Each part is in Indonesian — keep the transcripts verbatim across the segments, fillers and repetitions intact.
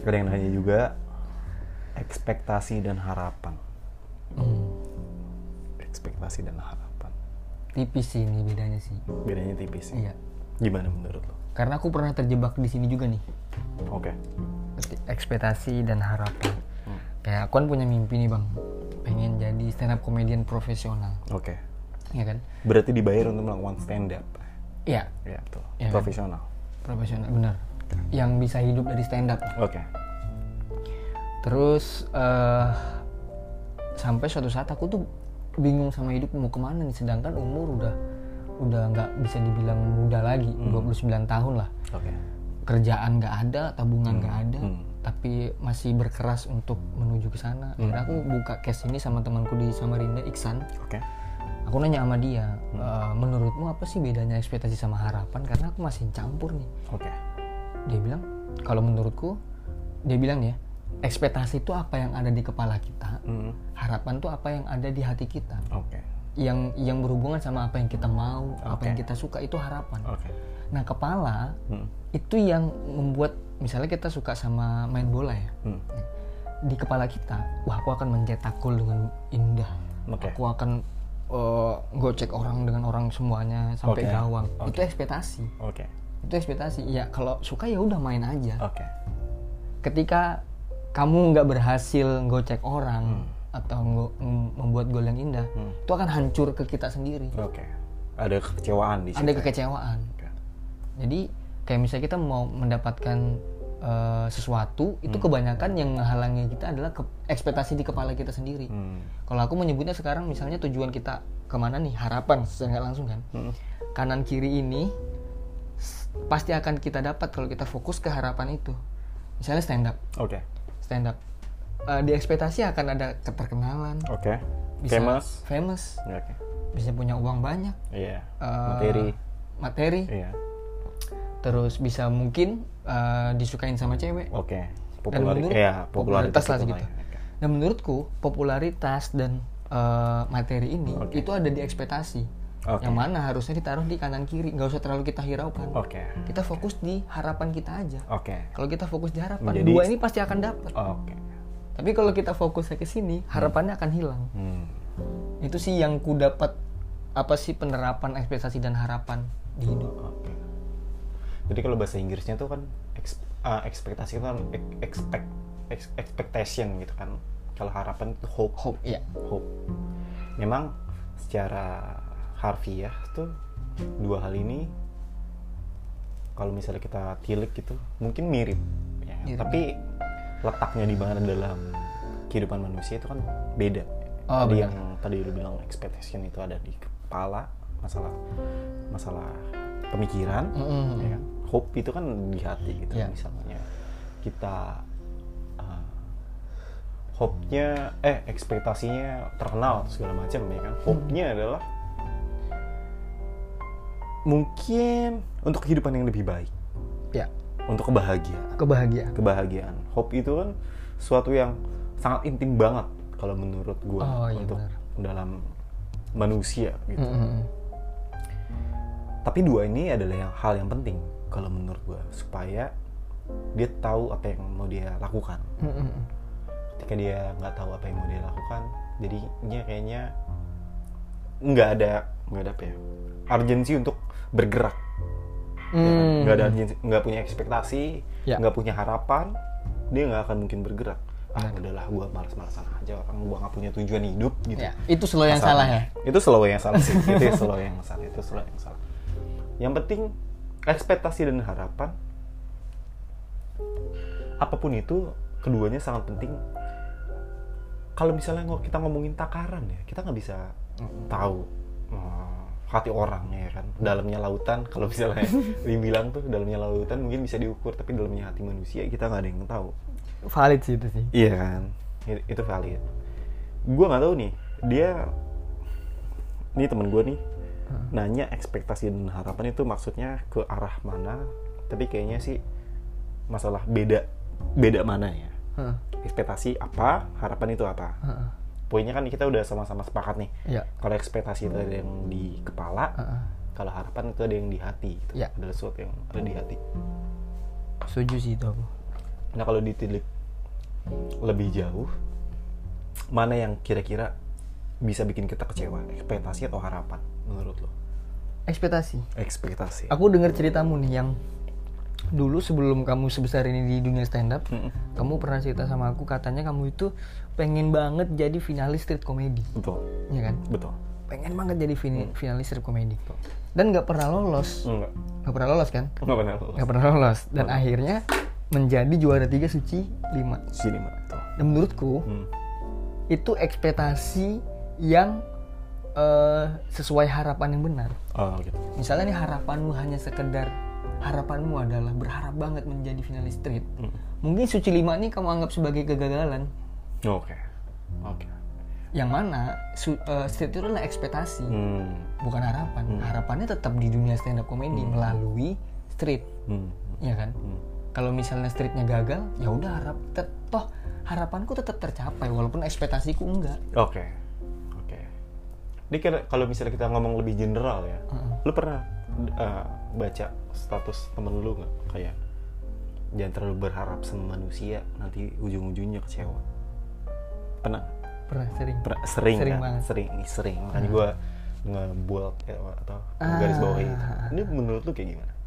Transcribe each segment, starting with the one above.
Ada yang nanya juga ekspektasi dan harapan. Hmm. Ekspektasi dan harapan. Tipis sih ini bedanya sih. Bedanya tipis. Iya. Gimana menurut lo? Karena aku pernah terjebak di sini juga nih. Oke. Okay. Ekspektasi dan harapan. Hmm. Kayak aku kan punya mimpi nih bang, pengen jadi stand up comedian profesional. Oke. Iya kan? Berarti dibayar untuk melakukan stand up. Iya. Iya betul. Ya, profesional. Kan? Profesional benar. Yang bisa hidup dari stand up. Oke. Terus uh, sampai suatu saat aku tuh bingung sama hidup mau kemana nih, sedangkan umur udah udah nggak bisa dibilang muda lagi, hmm. dua puluh sembilan tahun lah. Oke. Kerjaan nggak ada, tabungan nggak hmm. ada, hmm. tapi masih berkeras untuk menuju ke sana. Hmm. Akhirnya aku buka case ini sama temanku di Samarinda, Iksan. Oke. Aku nanya sama dia, hmm. e, menurutmu apa sih bedanya ekspektasi sama harapan? Karena aku masih campur nih. Oke. Dia bilang, kalau menurutku, dia bilang ya, ekspektasi itu apa yang ada di kepala kita, hmm. harapan itu apa yang ada di hati kita. Oke. Yang yang berhubungan sama apa yang kita mau, okay. apa yang kita suka itu harapan. Okay. Nah kepala hmm. itu yang membuat, misalnya kita suka sama main bola ya, hmm. di kepala kita, wah aku akan mencetak gol dengan indah, okay. aku akan uh, gocek orang dengan orang semuanya sampai okay. gawang. Okay. Itu ekspektasi. Okay. Itu ekspektasi. Ya kalau suka ya udah main aja. Okay. Ketika kamu nggak berhasil gocek orang hmm. atau ng- membuat gol yang indah, hmm. itu akan hancur ke kita sendiri. Oke. Okay. Ada kekecewaan di situ. Ada kekecewaan. Okay. Jadi kayak misalnya kita mau mendapatkan uh, sesuatu, itu hmm. kebanyakan yang menghalangi kita adalah ke- ekspektasi di kepala kita sendiri. Hmm. Kalau aku menyebutnya sekarang misalnya tujuan kita kemana nih, harapan secara langsung kan. Hmm. Kanan kiri ini s- pasti akan kita dapat kalau kita fokus ke harapan itu. Misalnya stand up. Oke. Okay. Stand up. Uh, di ekspektasi akan ada keterkenalan. Oke. Okay. Bisa famous. Famous. Oke. Okay. Bisa punya uang banyak. Iya. Yeah. Uh, materi. Materi. Iya. Yeah. Terus bisa mungkin uh, disukain sama cewek. Oke. Okay. Populari- menurut, ya, popularitas, popularitas lah gitu. Okay. Dan menurutku popularitas dan uh, materi ini okay. itu ada di ekspektasi. Okay. Yang mana harusnya ditaruh di kanan kiri, nggak usah terlalu kita hiraukan. Okay. Kita fokus di harapan kita aja. Okay. Kalau kita fokus di harapan, Menjadi... dua ini pasti akan dapat. Okay. Tapi kalau kita fokusnya ke sini, harapannya akan hilang. Hmm. Itu sih yang ku dapat, apa sih penerapan ekspektasi dan harapan di hidup. Okay. Jadi kalau bahasa Inggrisnya tuh kan eks, uh, ekspektasi itu kan expect ex, expectation gitu kan. Kalau harapan itu hope. Hope, iya. Hope. Memang secara harfiah tuh dua hal ini kalau misalnya kita tilik gitu mungkin mirip ya. Mirip. Tapi letaknya di mana dalam kehidupan manusia itu kan beda. Oh, tadi benar. yang tadi lu bilang expectation itu ada di kepala, masalah masalah pemikiran, mm-hmm. ya kan? Hope itu kan di hati gitu. Yeah. Misalnya kita uh, hope-nya eh ekspektasinya terkenal segala macam ya kan. Hope-nya hmm. adalah mungkin untuk kehidupan yang lebih baik. Ya. Untuk kebahagiaan. Kebahagiaan. Kebahagiaan. Hope itu kan suatu yang sangat intim banget kalau menurut gue oh, iya untuk benar. dalam manusia gitu. Mm-hmm. Tapi dua ini adalah yang hal yang penting kalau menurut gue supaya dia tahu apa yang mau dia lakukan. Mm-hmm. Ketika dia nggak tahu apa yang mau dia lakukan, jadinya kayaknya nggak ada nggak ada apa ya urgensi untuk bergerak. Mm. Ya kan? Nggak ada urgensi, nggak punya ekspektasi, yeah. nggak punya harapan, dia nggak akan mungkin bergerak. Ah udahlah, gue malas-malasan aja, orang gue nggak punya tujuan hidup gitu. Ya, itu slow yang salah ya. Itu slow yang salah sih. itu slow yang salah. Itu slow yang salah. Yang penting ekspektasi dan harapan, apapun itu, keduanya sangat penting. Kalau misalnya kita ngomongin takaran ya, kita nggak bisa tahu uh, hati orang ya kan. Dalamnya lautan, kalau misalnya dibilang tuh dalamnya lautan mungkin bisa diukur, tapi dalamnya hati manusia kita nggak ada yang tahu. Valid sih itu sih. Iya kan, itu valid. Gue nggak tahu nih, dia, ini temen gue nih, hmm. nanya ekspektasi dan harapan itu maksudnya ke arah mana? Tapi kayaknya sih masalah beda, beda mana ya? Hmm. Ekspektasi apa, harapan itu apa? Hmm. Poinnya kan kita udah sama-sama sepakat nih. Ya. Kalau ekspektasi itu ada yang di kepala, hmm. kalau harapan itu ada yang di hati. Gitu. Ya. Ada sesuatu yang ada di hati. Setuju sih itu aku. Nah kalau ditilik lebih jauh, mana yang kira-kira bisa bikin kita kecewa, ekspektasi atau harapan menurut lo? Ekspektasi. Ekspektasi. Aku dengar ceritamu nih yang dulu sebelum kamu sebesar ini di dunia stand up, mm-hmm. kamu pernah cerita sama aku katanya kamu itu pengen banget jadi finalis street comedy. Betul. Iya kan? Betul. Pengen banget jadi fin- finalis street comedy. Betul. Dan nggak pernah lolos. Enggak. Nggak pernah lolos kan? Nggak pernah lolos. Nggak pernah lolos. Dan Nggak. akhirnya menjadi juara tiga Suci lima. Suci lima. Betul. Dan menurutku hmm. itu ekspektasi yang uh, sesuai harapan yang benar. Oh gitu. Misalnya nih harapanmu hanya sekedar harapanmu adalah berharap banget menjadi finalis street. Hmm. Mungkin Suci lima ini kamu anggap sebagai kegagalan. Oke. Okay. Oke. Okay. Yang mana su, uh, street itu adalah ekspektasi, hmm. bukan harapan. Hmm. Harapannya tetap di dunia stand up comedy hmm. melalui street, hmm. ya kan? Hmm. Kalau misalnya streetnya gagal, ya udah harap tet- toh harapanku tetap tercapai walaupun ekspektasiku enggak. Oke. Okay. Oke. Okay. Jadi kalau misalnya kita ngomong lebih general ya, uh-uh. lu pernah uh, baca status temen lu nggak kayak jangan terlalu berharap sama manusia, nanti ujung-ujungnya kecewa. Pernah? Pernah, sering. Pernah, sering, sering kan? banget. Sering, sering. Makanya gue nge-build ya, atau ah. garis bawahi itu. Ini menurut lu kayak gimana?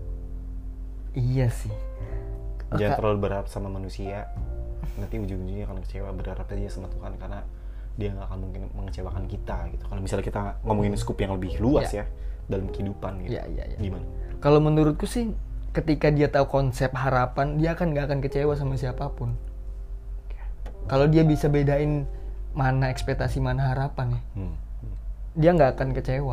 Iya sih. Jangan terlalu berharap sama manusia, nanti ujung-ujungnya akan kecewa. Berharap aja sama Tuhan karena dia nggak akan mungkin mengecewakan kita gitu. Kalau misalnya kita ngomongin skup yang lebih luas ya, ya dalam kehidupan gitu. Ya, ya, ya. Gimana? Kalau menurutku sih, ketika dia tahu konsep harapan, dia akan nggak akan kecewa sama siapapun. Okay. Kalau dia bisa bedain mana ekspektasi mana harapan ya, hmm. Hmm. dia nggak akan kecewa.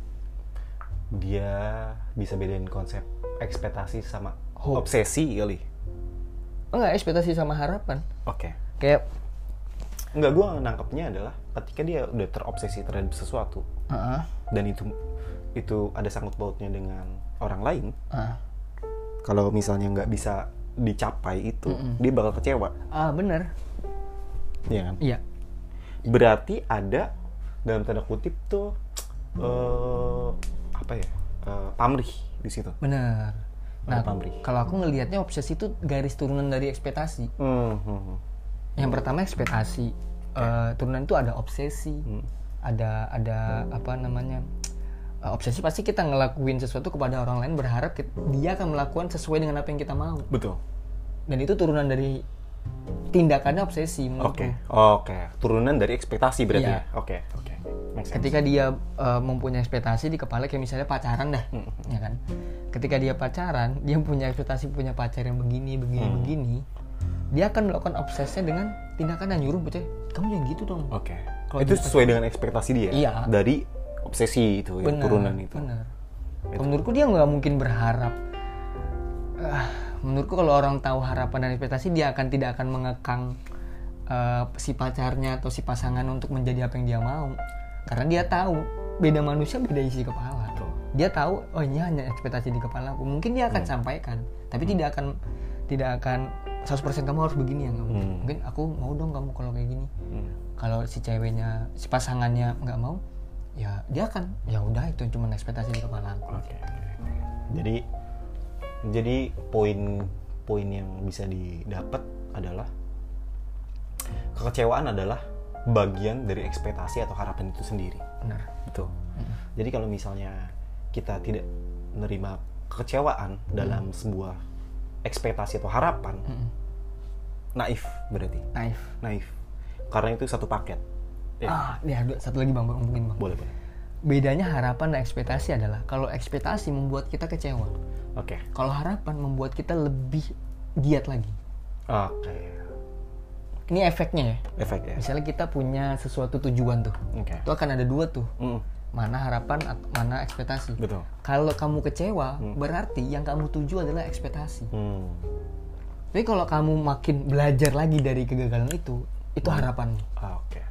Dia bisa bedain konsep ekspektasi sama Hope. Obsesi kali. Enggak, ekspektasi sama harapan. Oke. Okay. Kayak enggak, gue nangkepnya adalah ketika dia udah terobsesi terhadap sesuatu, uh-huh. dan itu itu ada sangkut pautnya dengan orang lain. Uh. Kalau misalnya nggak bisa dicapai itu, uh-uh. dia bakal kecewa. Ah, benar. Iya kan? Iya. Berarti ada dalam tanda kutip tuh uh, apa ya? Uh, pamrih di situ. Benar. Nah, kalau aku ngelihatnya obsesi itu garis turunan dari ekspektasi. Mm-hmm. Yang pertama ekspektasi, okay. uh, turunan itu ada obsesi, mm. ada ada apa namanya uh, obsesi pasti kita ngelakuin sesuatu kepada orang lain berharap kita, dia akan melakukan sesuai dengan apa yang kita mau. Betul. Dan itu turunan dari tindakannya obsesi. Oke, okay. oke, okay. turunan dari ekspektasi berarti ya. Oke, oke. Ketika dia uh, mempunyai ekspektasi di kepala kayak misalnya pacaran dah, mm-hmm. ya kan. Ketika dia pacaran, dia punya ekspektasi punya pacar yang begini, begini, mm. begini. Dia akan melakukan obsesnya dengan tindakan yang nyuruh, percaya kamu jangan gitu dong. Oke. Okay. Itu sesuai dengan ekspektasi dia. Iya. Dari obsesi itu, benar, ya, turunan itu. Benar. Menurutku dia nggak mungkin berharap. Uh, menurutku kalau orang tahu harapan dan ekspektasi, dia akan tidak akan mengekang uh, si pacarnya atau si pasangan untuk menjadi apa yang dia mau. Karena dia tahu beda manusia beda isi kepala. Betul. Dia tahu oh ini hanya ekspektasi di kepala aku. Mungkin dia akan hmm. sampaikan, tapi hmm. tidak akan tidak akan seratus persen kamu harus begini ya kamu. Hmm. Mungkin aku mau dong kamu kalau kayak gini. Hmm. Kalau si ceweknya, si pasangannya nggak mau, ya dia akan ya udah itu cuma ekspektasi di kepala aku. Oke. Okay. Jadi jadi poin-poin yang bisa didapat adalah kekecewaan adalah bagian dari ekspektasi atau harapan itu sendiri. Benar. Betul. Mm-hmm. Jadi kalau misalnya kita tidak menerima kekecewaan mm-hmm. dalam sebuah ekspektasi atau harapan, mm-hmm. naif berarti. Naif. Naif. Karena itu satu paket. Ya. Ah, ya satu lagi bang, bang mungkin bang. Boleh boleh. Bedanya harapan dan ekspektasi adalah kalau ekspektasi membuat kita kecewa. Oke. Okay. Kalau harapan membuat kita lebih giat lagi. Oke. Okay. Ini efeknya ya. Efek ya. Misalnya kita punya sesuatu tujuan tuh. Okay. Itu akan ada dua tuh. Mm. Mana harapan, mana ekspektasi. Betul. Kalau kamu kecewa, mm. berarti yang kamu tuju adalah ekspektasi. Mm. Tapi kalau kamu makin belajar lagi dari kegagalan itu, itu mm. harapanmu. Ah, Oke. Okay.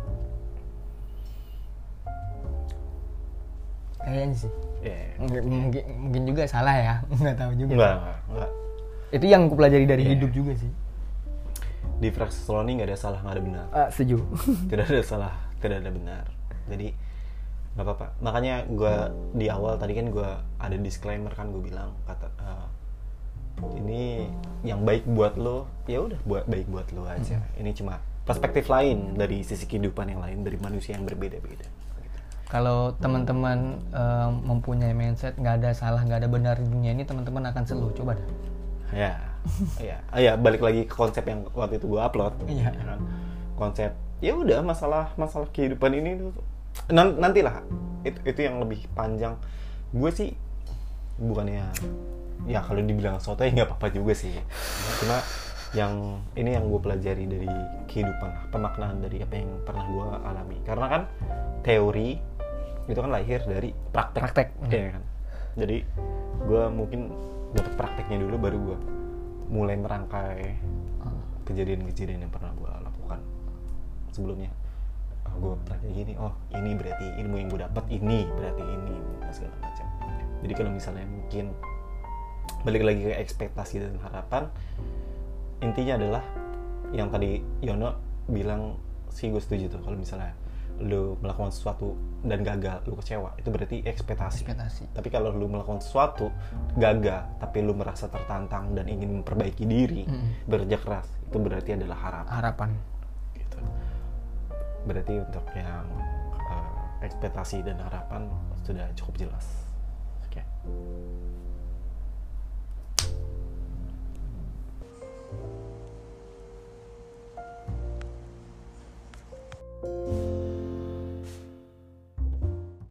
Kayaknya sih. Yeah. Mungkin, mungkin, mungkin juga salah ya. Nggak tahu juga. Enggak, enggak. Itu yang aku pelajari dari yeah. hidup juga sih. Di Fraksi Soloni nggak ada salah, nggak ada benar. Ah, setuju. Tidak ada salah, tidak ada benar. Jadi nggak apa-apa. Makanya gue di awal tadi kan gue ada disclaimer kan, gue bilang kata uh, ini yang baik buat lo, ya udah buat baik buat lo aja. Hmm. Ini cuma perspektif lain dari sisi kehidupan yang lain dari manusia yang berbeda-beda. Kalau teman-teman uh, mempunyai mindset nggak ada salah, nggak ada benar di dunia ini, teman-teman akan selalu coba dah. Ya, ya, ya balik lagi ke konsep yang waktu itu gue upload. Iya. Kan? Konsep, ya udah masalah masalah kehidupan ini tuh nantilah itu itu yang lebih panjang. Gue sih bukannya, ya kalau dibilang soto ya nggak apa-apa juga sih. Cuma yang ini yang gue pelajari dari kehidupan, pemaknaan dari apa yang pernah gue alami. Karena kan teori itu kan lahir dari praktek, praktek. Ya kan. Jadi gue mungkin dapat prakteknya dulu baru gue mulai merangkai kejadian-kejadian yang pernah gue lakukan sebelumnya. Oh, gue pernah kayak gini, oh ini berarti ilmu yang gue dapat, ini berarti ini, segala macam. Jadi kalau misalnya mungkin balik lagi ke ekspektasi dan harapan, intinya adalah yang tadi Yono bilang sih, gue setuju tuh. Kalau misalnya lu melakukan sesuatu dan gagal, lu kecewa, itu berarti ekspektasi. ekspektasi. Tapi kalau lu melakukan sesuatu gagal, tapi lu merasa tertantang dan ingin memperbaiki diri, mm. bekerja keras, itu berarti adalah harapan. Harapan. Gitu. Berarti untuk yang uh, ekspektasi dan harapan sudah cukup jelas. Oke. Okay.